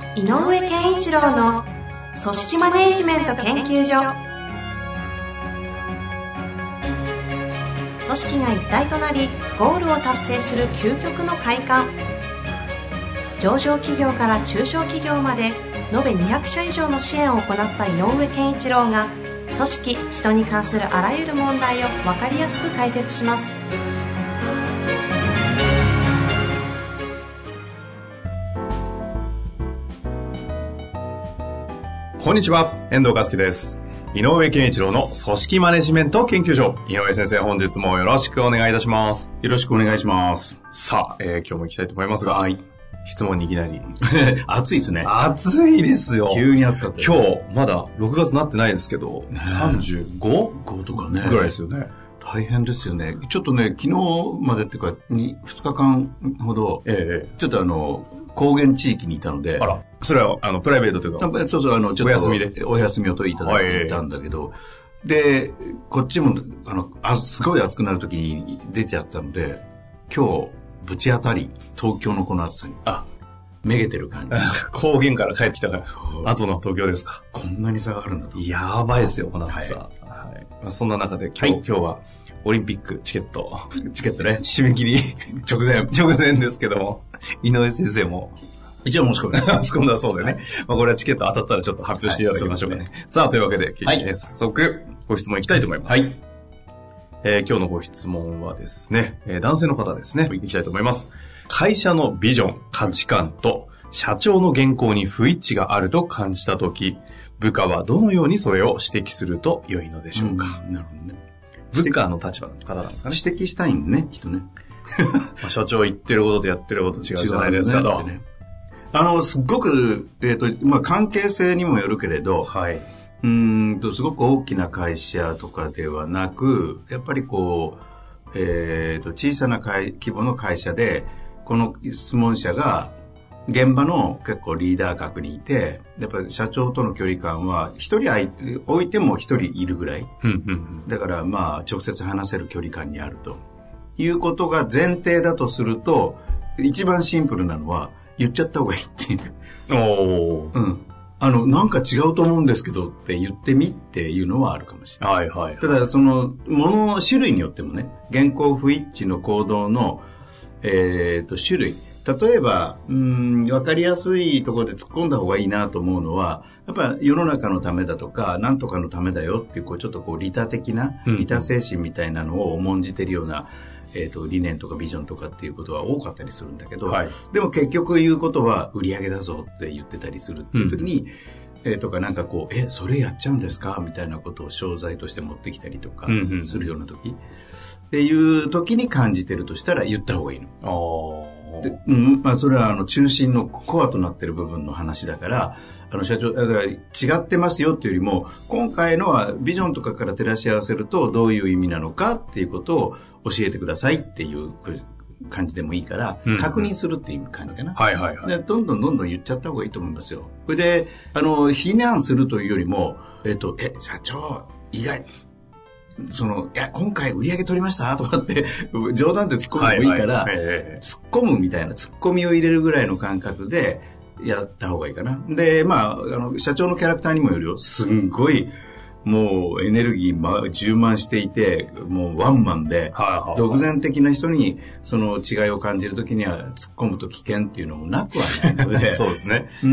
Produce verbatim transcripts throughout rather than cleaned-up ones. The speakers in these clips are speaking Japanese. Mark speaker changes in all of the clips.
Speaker 1: 井上健一郎の組織マネジメント研究所。組織が一体となりゴールを達成する究極の快感。上場企業から中小企業まで延べにひゃくしゃ以上の支援を行った井上健一郎が、組織・人に関するあらゆる問題を分かりやすく解説します。
Speaker 2: こんにちは、遠藤和樹です。井上健一郎の組織マネジメント研究所。井上先生、本日もよろしくお願いいたします。
Speaker 3: よろしくお願いします。
Speaker 2: さあ、えー、今日も行きたいと思いますが、はい、質問にいきなり
Speaker 3: 暑いですね。
Speaker 2: 暑いですよ。
Speaker 3: 急に暑かった、ね、
Speaker 2: 今日まだろくがつになってないですけど、ね、さんじゅうご?
Speaker 3: ごとかね
Speaker 2: ぐらいですよね。
Speaker 3: 大変ですよね。ちょっとね、昨日までっていうかにふつかかんほど、ええ、ちょっとあの高原地域にいたので、
Speaker 2: あら、それはあのプライベートというか、
Speaker 3: そうそう、あのちょっと
Speaker 2: お休みで
Speaker 3: お休みをといただいていたんだけど、はい、でこっちもあのあすごい暑くなる時に出ちゃったので、今日ぶち当たり東京のこの暑さにあめげてる感じ。
Speaker 2: 高原から帰ってきた後の東京ですか。
Speaker 3: こんなに差があるんだと。
Speaker 2: やばいですよ、この暑さ。はいはい、まあ、そんな中で今日、はい、今日はオリンピックチケット。
Speaker 3: チケットね。
Speaker 2: 締め切り
Speaker 3: 直前。
Speaker 2: 直前ですけども、井上先生も
Speaker 3: 一応申し込んだ。
Speaker 2: 申し込んだそうでね。まあ、これはチケット当たったらちょっと発表していただきましょうかね。はい、さあ、というわけで、はい、えー、早速ご質問いきたいと思います。はい。えー、今日のご質問はですね、えー、男性の方ですね。はい、いきたいと思います。会社のビジョン、価値観と社長の原稿に不一致があると感じたとき、部下はどのようにそれを指摘すると良いのでしょうか。
Speaker 3: うん、なるほどね。
Speaker 2: 部下の立場の方なんですかね。
Speaker 3: 指摘したいんね、人ね。
Speaker 2: まあ、所長言ってることとやってること違うじゃないですかと。ね、
Speaker 3: あの、すごく、えっと、まあ、関係性にもよるけれど、はい。うーんと、すごく大きな会社とかではなく、やっぱりこう、えっと、小さな会規模の会社で、この質問者が、現場の結構リーダー格にいて、やっぱり社長との距離感は一人置いても一人いるぐらい。だからまあ直接話せる距離感にあるということが前提だとすると、一番シンプルなのは言っちゃった方がいいっていう。おー。うん。あの、なんか違うと思うんですけどって言ってみっていうのはあるかもしれない。はいはい、はい。ただそのものの種類によってもね、原稿不一致の行動の、えーと、種類。例えば、うーん、分かりやすいところで突っ込んだ方がいいなと思うのは、やっぱ世の中のためだとか、なんとかのためだよっていう、こうちょっとこう利他的な、利他精神みたいなのを重んじてるような、えっと、理念とかビジョンとかっていうことは多かったりするんだけど、はい、でも結局言うことは売り上げだぞって言ってたりするっていう時に、うん、えー、とかなんかこう、え、それやっちゃうんですかみたいなことを商材として持ってきたりとかするような時、うんうん、っていう時に感じてるとしたら言った方がいいの。あでうん、まあそれはあの中心のコアとなっている部分の話だから、あの社長、だから違ってますよっていうよりも、今回のはビジョンとかから照らし合わせるとどういう意味なのかっていうことを教えてくださいっていう感じでもいいから、うん、確認するっていう感じかな。はいはいはい。で、どんどんどんどん言っちゃった方がいいと思いますよ。それで、あの、非難するというよりも、えっと、え、社長、意外、その、いや、今回売り上げ取りましたとかって、冗談で突っ込むのもいいから、はいはい、突っ込むみたいな、突っ込みを入れるぐらいの感覚でやった方がいいかな。で、まあ、あの、社長のキャラクターにもよるよ。すんごい、もうエネルギー、ま、充満していて、もうワンマンで、独善的な人にその違いを感じるときには突っ込むと危険っていうのもなくはないので。
Speaker 2: そうですね。
Speaker 3: うん。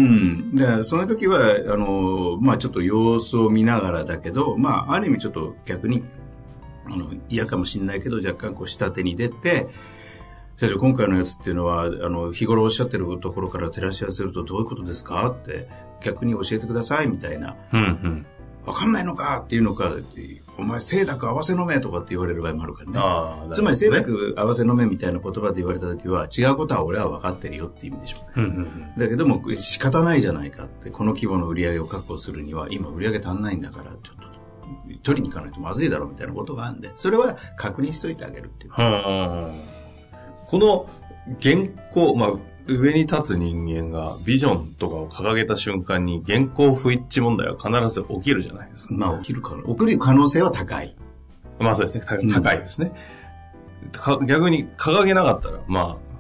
Speaker 3: で、その時は、あの、まあちょっと様子を見ながらだけど、まあある意味ちょっと逆に、あの、嫌かもしれないけど、若干こう下手に出て、社長、今回のやつっていうのは、あの、日頃おっしゃってるところから照らし合わせるとどういうことですかって、逆に教えてくださいみたいな。うんうん。わかんないのかっていうのか、お前、清濁合わせの目とかって言われる場合もあるからね。ああ、つまり、清濁合わせの目みたいな言葉で言われたときは、違うことは俺は分かってるよっていう意味でしょ。うんうんうん、だけども、仕方ないじゃないかって、この規模の売り上げを確保するには、今売り上げ足んないんだから、ちょっと、取りに行かないとまずいだろうみたいなことがあるんで、それは確認しといてあげるっていう。は
Speaker 2: この原稿、まあ、上に立つ人間がビジョンとかを掲げた瞬間に原稿不一致問題は必ず起きるじゃないですか。
Speaker 3: まあ起きるか起きる可能性は高い。
Speaker 2: まあそうですね。高いですね。うん、逆に掲げなかったら、まあ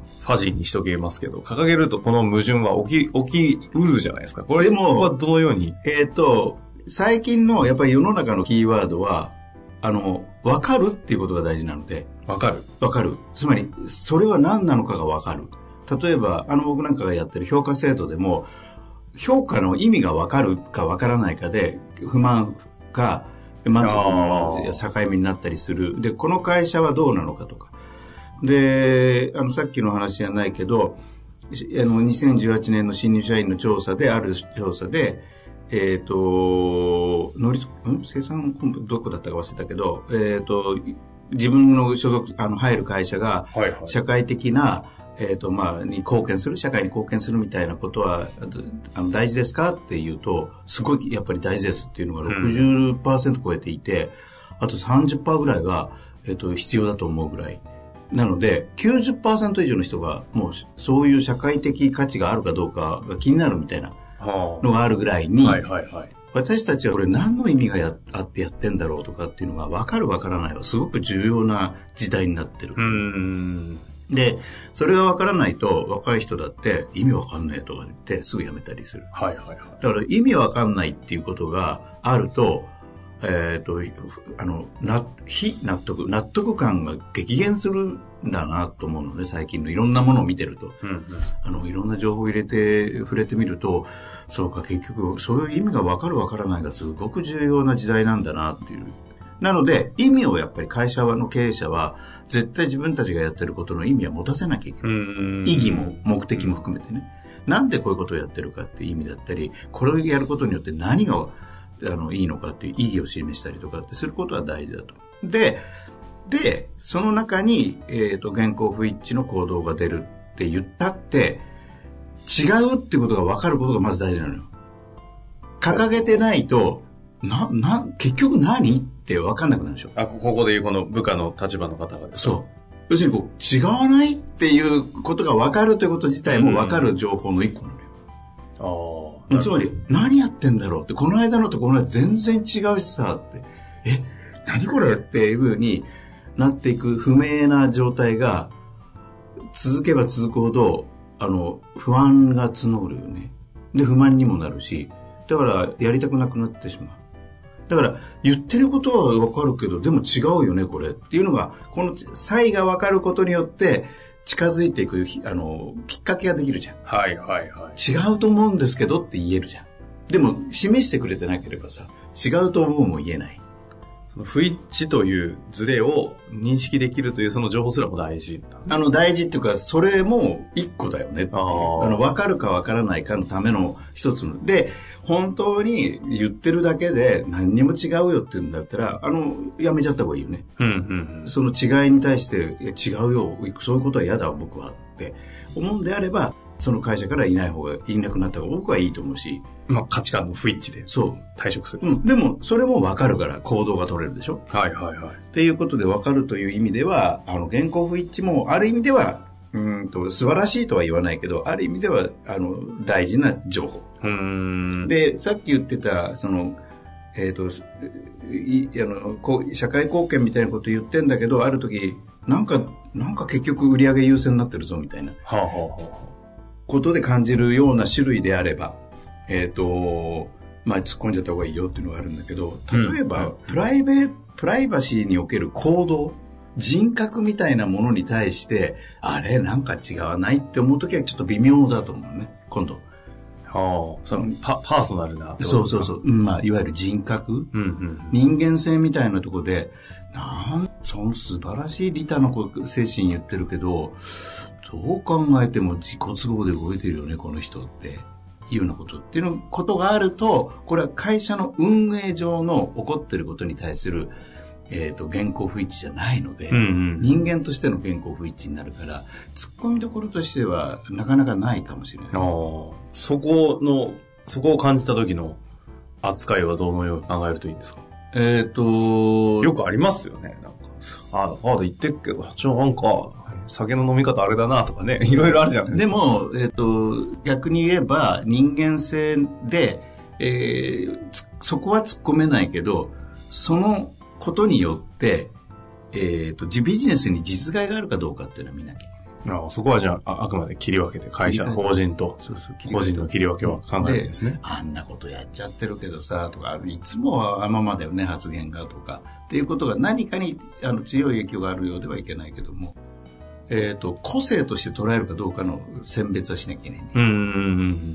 Speaker 2: ファジーにしとけますけど、掲げるとこの矛盾は起き、起きうるじゃないですか。これ
Speaker 3: でも
Speaker 2: はどのように
Speaker 3: えっと、最近のやっぱり世の中のキーワードは、あの、わかるっていうことが大事なので。
Speaker 2: わかる
Speaker 3: わかる。つまり、それは何なのかがわかる。例えば、あの僕なんかがやってる評価制度でも、評価の意味がわかるかわからないかで、不満か満足の境目になったりする。で、この会社はどうなのかとか。で、あの、さっきの話じゃないけど、あの、にせんじゅうはちねんの新入社員の調査で、ある調査で、えっ、ー、と、農林、ん生産本部、どこだったか忘れたけど、えっ、ー、と、自分の所属、あの、入る会社が、社会的な、はいはい、えっ、ー、と、まあ、に貢献する、社会に貢献するみたいなことは、あの、大事ですかっていうと、すごい、やっぱり大事ですっていうのが ろくじゅっパーセント 超えていて、うん、あと さんじゅっパーセント ぐらいが、えっ、と、必要だと思うぐらい。なので、きゅうじゅっパーセント 以上の人が、もう、そういう社会的価値があるかどうかが気になるみたいなのがあるぐらいに、
Speaker 2: はいはいはい、
Speaker 3: 私たちはこれ何の意味がやあってやってんだろうとかっていうのが分かる分からないはすごく重要な時代になってる。
Speaker 2: うーん
Speaker 3: で、それが分からないと若い人だって意味分かんないとか言ってすぐやめたりする。
Speaker 2: はいはいはい。
Speaker 3: だから意味分かんないっていうことがあると、えっと、あの、な、非納得、納得感が激減するんだなと思うので、最近のいろんなものを見てると。うんうん、あの、いろんな情報を入れて、触れてみると、そうか、結局、そういう意味が分かる分からないがすごく重要な時代なんだなっていう。なので、意味をやっぱり会社の経営者は、絶対自分たちがやってることの意味は持たせなきゃいけない。意義も目的も含めてね。なんでこういうことをやってるかっていう意味だったり、これをやることによって何が、あの、いいのかっていう意義を示したりとかってすることは大事だと。で、で、その中に、えっと、現行不一致の行動が出るって言ったって、違うってことが分かることがまず大事なのよ。掲げてないと、な、な、結局何って分かんなくなるでしょ。
Speaker 2: あ、ここでいうこの部下の立場の方がです
Speaker 3: ね。そう。要するにこう、違わないっていうことが分かるということ自体も分かる情報の一個なのよ。
Speaker 2: ああ。
Speaker 3: つまり、何やってんだろうって、この間のとこの間全然違うしさって、え、何これっていう風になっていく不明な状態が続けば続くほど、あの、不安が募るよね。で、不満にもなるし、だからやりたくなくなってしまう。だから言ってることはわかるけど、でも違うよね、これっていうのが、この差異がわかることによって近づいていく、あの、きっかけができるじゃん。
Speaker 2: はいはいはい。
Speaker 3: 違うと思うんですけどって言えるじゃん。でも示してくれてなければさ、違うと思うも言えない。
Speaker 2: その不一致というズレを認識できるというその情報すらも大事。
Speaker 3: あの大事っていうか、それも一個だよねっていう。ああの、分かるか分からないかのための一つの。で、本当に言ってるだけで何にも違うよって言うんだったら、あの、やめちゃった方がいいよね。
Speaker 2: うんうんうん、
Speaker 3: その違いに対して、いや違うよ、そういうことは嫌だ僕はって思うんであれば、その会社からいない方が、いなくなった方が僕はいいと思うし。
Speaker 2: まあ価値観の不一致で。そう。退職する。
Speaker 3: うん。でも、それも分かるから行動が取れるでしょ。
Speaker 2: はいはいはい。
Speaker 3: っていうことで分かるという意味では、あの、現行不一致もある意味では、うんと、素晴らしいとは言わないけど、ある意味では、あの、大事な情報。
Speaker 2: うーん。
Speaker 3: で、さっき言ってた、その、えっと、いあのこう社会貢献みたいなこと言ってんだけど、ある時、なんか、なんか結局売り上げ優先になってるぞみたいな。
Speaker 2: はあはあはあ。
Speaker 3: ことで感じるような種類であれば、えっと、まあ、突っ込んじゃった方がいいよっていうのがあるんだけど、例えば、うん、プライベート、プライバシーにおける行動、人格みたいなものに対して、あれ、なんか違わないって思うときはちょっと微妙だと思うね、今度。
Speaker 2: はあ、そのパ、パーソナルな。
Speaker 3: そうそうそう。まあ、いわゆる人格、
Speaker 2: うんうん、
Speaker 3: 人間性みたいなところで、なんその素晴らしい利他の精神言ってるけど、どう考えても自己都合で動いてるよね、この人っていうようなことっていうのことがあると、これは会社の運営上の起こってることに対する、えっと、現行不一致じゃないので、
Speaker 2: うんうん、
Speaker 3: 人間としての現行不一致になるから、突っ込みどころとしてはなかなかないかもしれない。
Speaker 2: あ、そこの、そこを感じた時の扱いはどのように考えるといいんですか？
Speaker 3: えっと、
Speaker 2: よくありますよね。なんか、ああ、ああ、言ってっけど、ちょ、なんか、酒の飲み方あれだなとかね、いろいろあるじゃないですか。
Speaker 3: でも、えっと、逆に言えば人間性で、えー、そこは突っ込めないけど、そのことによって、えっと、ビジネスに実害があるかどうかっていうのは見なきゃいけない。
Speaker 2: ああ、そこはじゃあ、あ、あくまで切り分けて、会社、法人と、個人の切り分けは考えるんですね。
Speaker 3: あんなことやっちゃってるけどさ、とか、いつもはあのままだよね、発言がとか、っていうことが何かにあの強い影響があるようではいけないけども、えっと、個性として捉えるかどうかの選別はしなきゃいけない、ね。うん。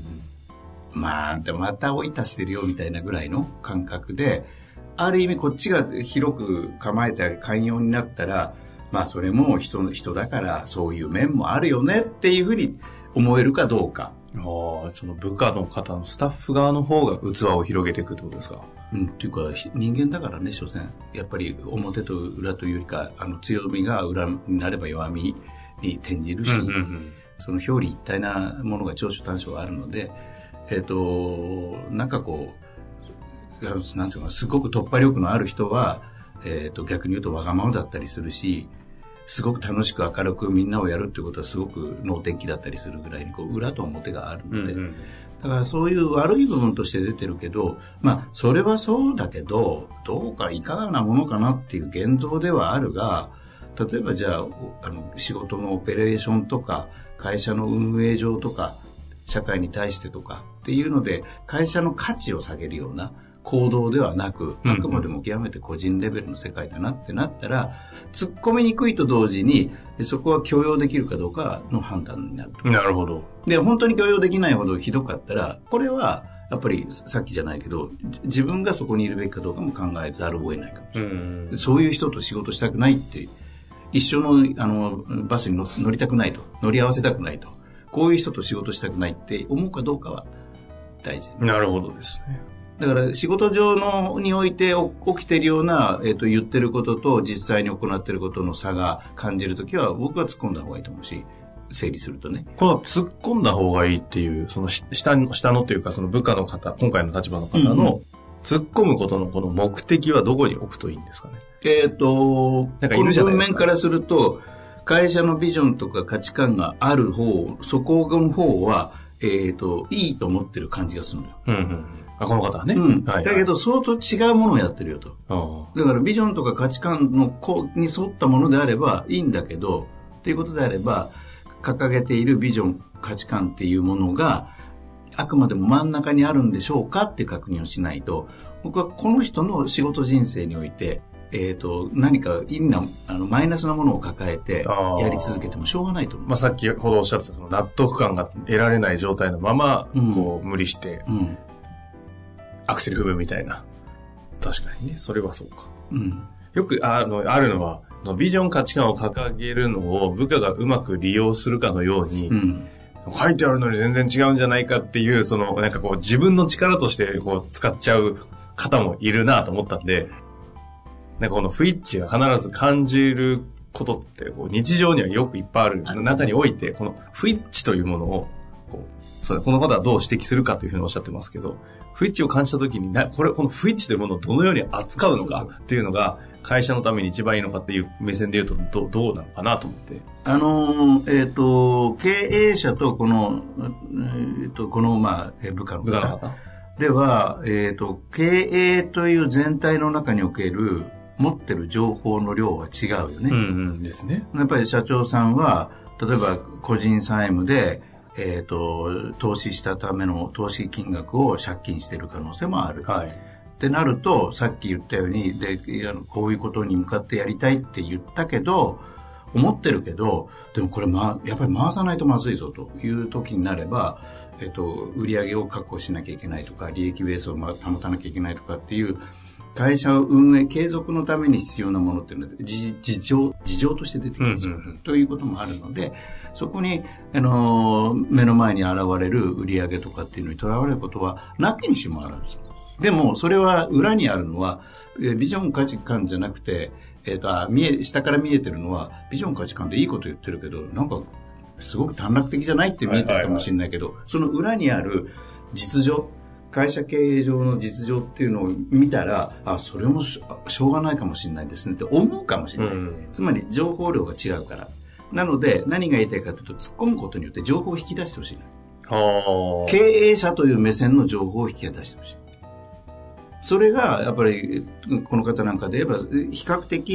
Speaker 3: まあ、また追い足してるよみたいなぐらいの感覚で、ある意味こっちが広く構えて寛容になったら、まあそれも人の人だからそういう面もあるよねっていうふうに思えるかどうか。
Speaker 2: ああ、その部下の方のスタッフ側の方が器を広げていくってことですか。
Speaker 3: うん、っていうか人間だからね、所詮やっぱり表と裏というよりか、あの強みが裏になれば弱みに転じるし、うんうんうん、その表裏一体なものが長所短所があるので、えっとなんかこうなんていうかすごく突破力のある人は、えっと逆に言うとわがままだったりするし。すごく楽しく明るくみんなをやるってことはすごく能天気だったりするぐらいにこう裏と表があるので、うんうん、だからそういう悪い部分として出てるけど、まあそれはそうだけどどうかいかがなものかなっていう言動ではあるが、例えばじゃあ、あの仕事のオペレーションとか会社の運営上とか社会に対してとかっていうので会社の価値を下げるような行動ではなく、あくまでも極めて個人レベルの世界だなってなったら、突っ込みにくいと同時に、そこは許容できるかどうかの判断になると。
Speaker 2: なるほど。
Speaker 3: で、本当に許容できないほどひどかったら、これは、やっぱりさっきじゃないけど、自分がそこにいるべきかどうかも考えざるを得ないかもしれない。うん、そういう人と仕事したくないって、一緒の、あの、バスに乗りたくないと、乗り合わせたくないと、こういう人と仕事したくないって思うかどうかは大事。
Speaker 2: なるほどですね。
Speaker 3: だから仕事上のにおいて起きているような、えーと、言ってることと実際に行っていることの差が感じるときは僕は突っ込んだ方がいいと思うし、整理するとね。
Speaker 2: この突っ込んだ方がいいっていう、その下の、下のというかその部下の方、今回の立場の方の突っ込むことのこの目的はどこに置くといいんですかね。
Speaker 3: えっと、なんかいるじゃないですか。この文面からすると、会社のビジョンとか価値観がある方、そこの方は、えっと、いいと思ってる感じがするのよ。
Speaker 2: うんうん、あ、この方はね。
Speaker 3: うん。はいはい、だけど、相当違うものをやってるよと。だから、ビジョンとか価値観のこに沿ったものであればいいんだけど、っていうことであれば、掲げているビジョン、価値観っていうものが、あくまでも真ん中にあるんでしょうかっていう確認をしないと、僕はこの人の仕事人生において、えーと、何かいいなあのマイナスなものを抱えてやり続けてもしょうがないと思う。
Speaker 2: まあ、さっきほどおっしゃってたその納得感が得られない状態のまま、うん、こう無理して、うん、アクセル踏むみたいな。確かにね、それはそうか。うん、よくあのあるのはビジョン価値観を掲げるのを部下がうまく利用するかのように、うん、書いてあるのに全然違うんじゃないかっていうそのなんかこう自分の力としてこう使っちゃう方もいるなと思ったんで。なんかこの不一致が必ず感じることってこう日常にはよくいっぱいある中においてこの不一致というものをこうそうこの方はどう指摘するかというふうにおっしゃってますけど不一致を感じたときになこれこの不一致というものをどのように扱うのかっていうのが会社のために一番いいのかっていう目線で言うと ど, どうなのかなと思って
Speaker 3: あのー、えっ、ー、と経営者とこの、えー、とこのまあ部下の方, 部下の方では、えっ、ー、と経営という全体の中における持ってる情報の量は違うよね。
Speaker 2: うんうんですね。
Speaker 3: やっぱり社長さんは例えば個人債務で、えーと、投資したための投資金額を借金している可能性もある。はい。ってなるとさっき言ったようにでこういうことに向かってやりたいって言ったけど思ってるけどでもこれ、ま、やっぱり回さないとまずいぞという時になれば、えーと、売上を確保しなきゃいけないとか利益ベースを保たなきゃいけないとかっていう会社運営継続のために必要なものっていうのは事情、事情として出てきてしまう、うんうん、ということもあるのでそこに、あのー、目の前に現れる売上とかっていうのにとらわれることはなきにしもあらずでもそれは裏にあるのはビジョン価値観じゃなくて、えーと、あ見え下から見えてるのはビジョン価値観でいいこと言ってるけどなんかすごく短絡的じゃないって見えてるかもしれないけど、はいはいはい、その裏にある実情会社経営上の実情っていうのを見たらあそれもしょうがないかもしれないですねって思うかもしれない、うん、つまり情報量が違うからなので何が言いたいかというと突っ込むことによって情報を引き出してほしい経営者という目線の情報を引き出してほしいそれがやっぱりこの方なんかで言えば比較的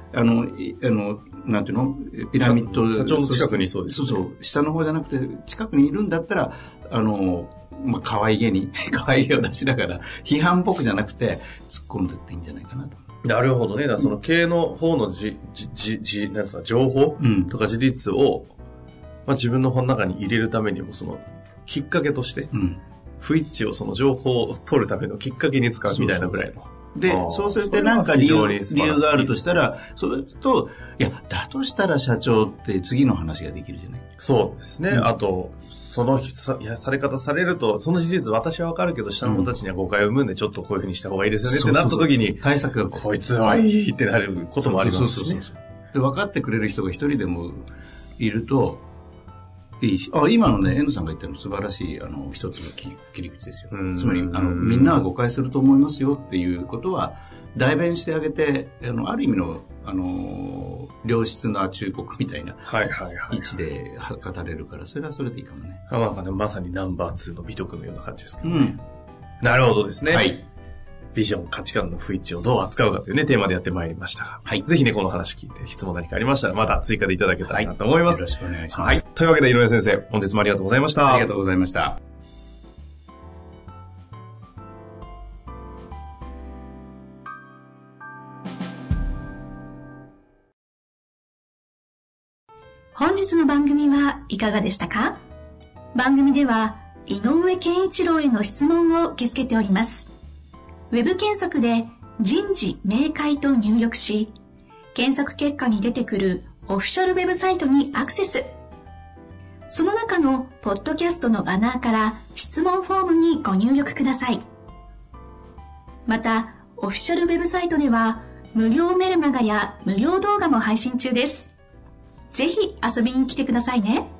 Speaker 3: あの、あの、なんていうのピラミッド。
Speaker 2: 社長の近くにそうです、
Speaker 3: ね。そうそう。下の方じゃなくて、近くにいるんだったら、あの、まあ、可愛げに、可愛げを出しながら、批判っぽくじゃなくて、突っ込んでっていいんじゃないかなと。
Speaker 2: なるほどね。だからその経営の方のじ、じ、じ、じ、なんですか、情報とか事実を、まあ、自分の本の中に入れるためにも、その、きっかけとして、うん、不一致をその情報を取るためのきっかけに使うみたいなぐらいの。
Speaker 3: そうそうで、そうするとなんか理由、理由があるとしたら、それと、いや、だとしたら社長って次の話ができるじゃない。
Speaker 2: そうですね。うん、あと、そのさ、やされ方されると、その事実私はわかるけど、下の子たちには誤解を生むんで、ちょっとこういうふうにした方がいいですよねってなった時に、
Speaker 3: 対策が
Speaker 2: こいつはいいってなることもありますしね。
Speaker 3: で、分かってくれる人が一人でもいると、いいし、あ、今のね、N さんが言ったの素晴らしい、あの、一つの切り口ですよ。つまり、あの、みんなは誤解すると思いますよっていうことは、代弁してあげて、あの、ある意味の、あの、良質な忠告みたいな位置で語れるから、それはそれでいいかもね。
Speaker 2: あ、なんかね、まさにナンバーツーの美徳のような感じですけどね。うん、なるほどですね。はい。ビジョン、価値観の不一致をどう扱うかというね、テーマでやってまいりましたが。はい。ぜひね、この話聞いて、質問何かありましたら、また追加でいただけたらなと思います。
Speaker 3: はい、よろしくお願いします。
Speaker 2: はい。というわけで、井上先生、本日もありがとうございました。
Speaker 3: ありがとうございました。
Speaker 1: 本日の番組はいかがでしたか？番組では井上健一郎への質問を受け付けております。ウェブ検索で人事明快と入力し、検索結果に出てくるオフィシャルウェブサイトにアクセス。その中のポッドキャストのバナーから質問フォームにご入力ください。また、オフィシャルウェブサイトでは無料メルマガや無料動画も配信中です。ぜひ遊びに来てくださいね。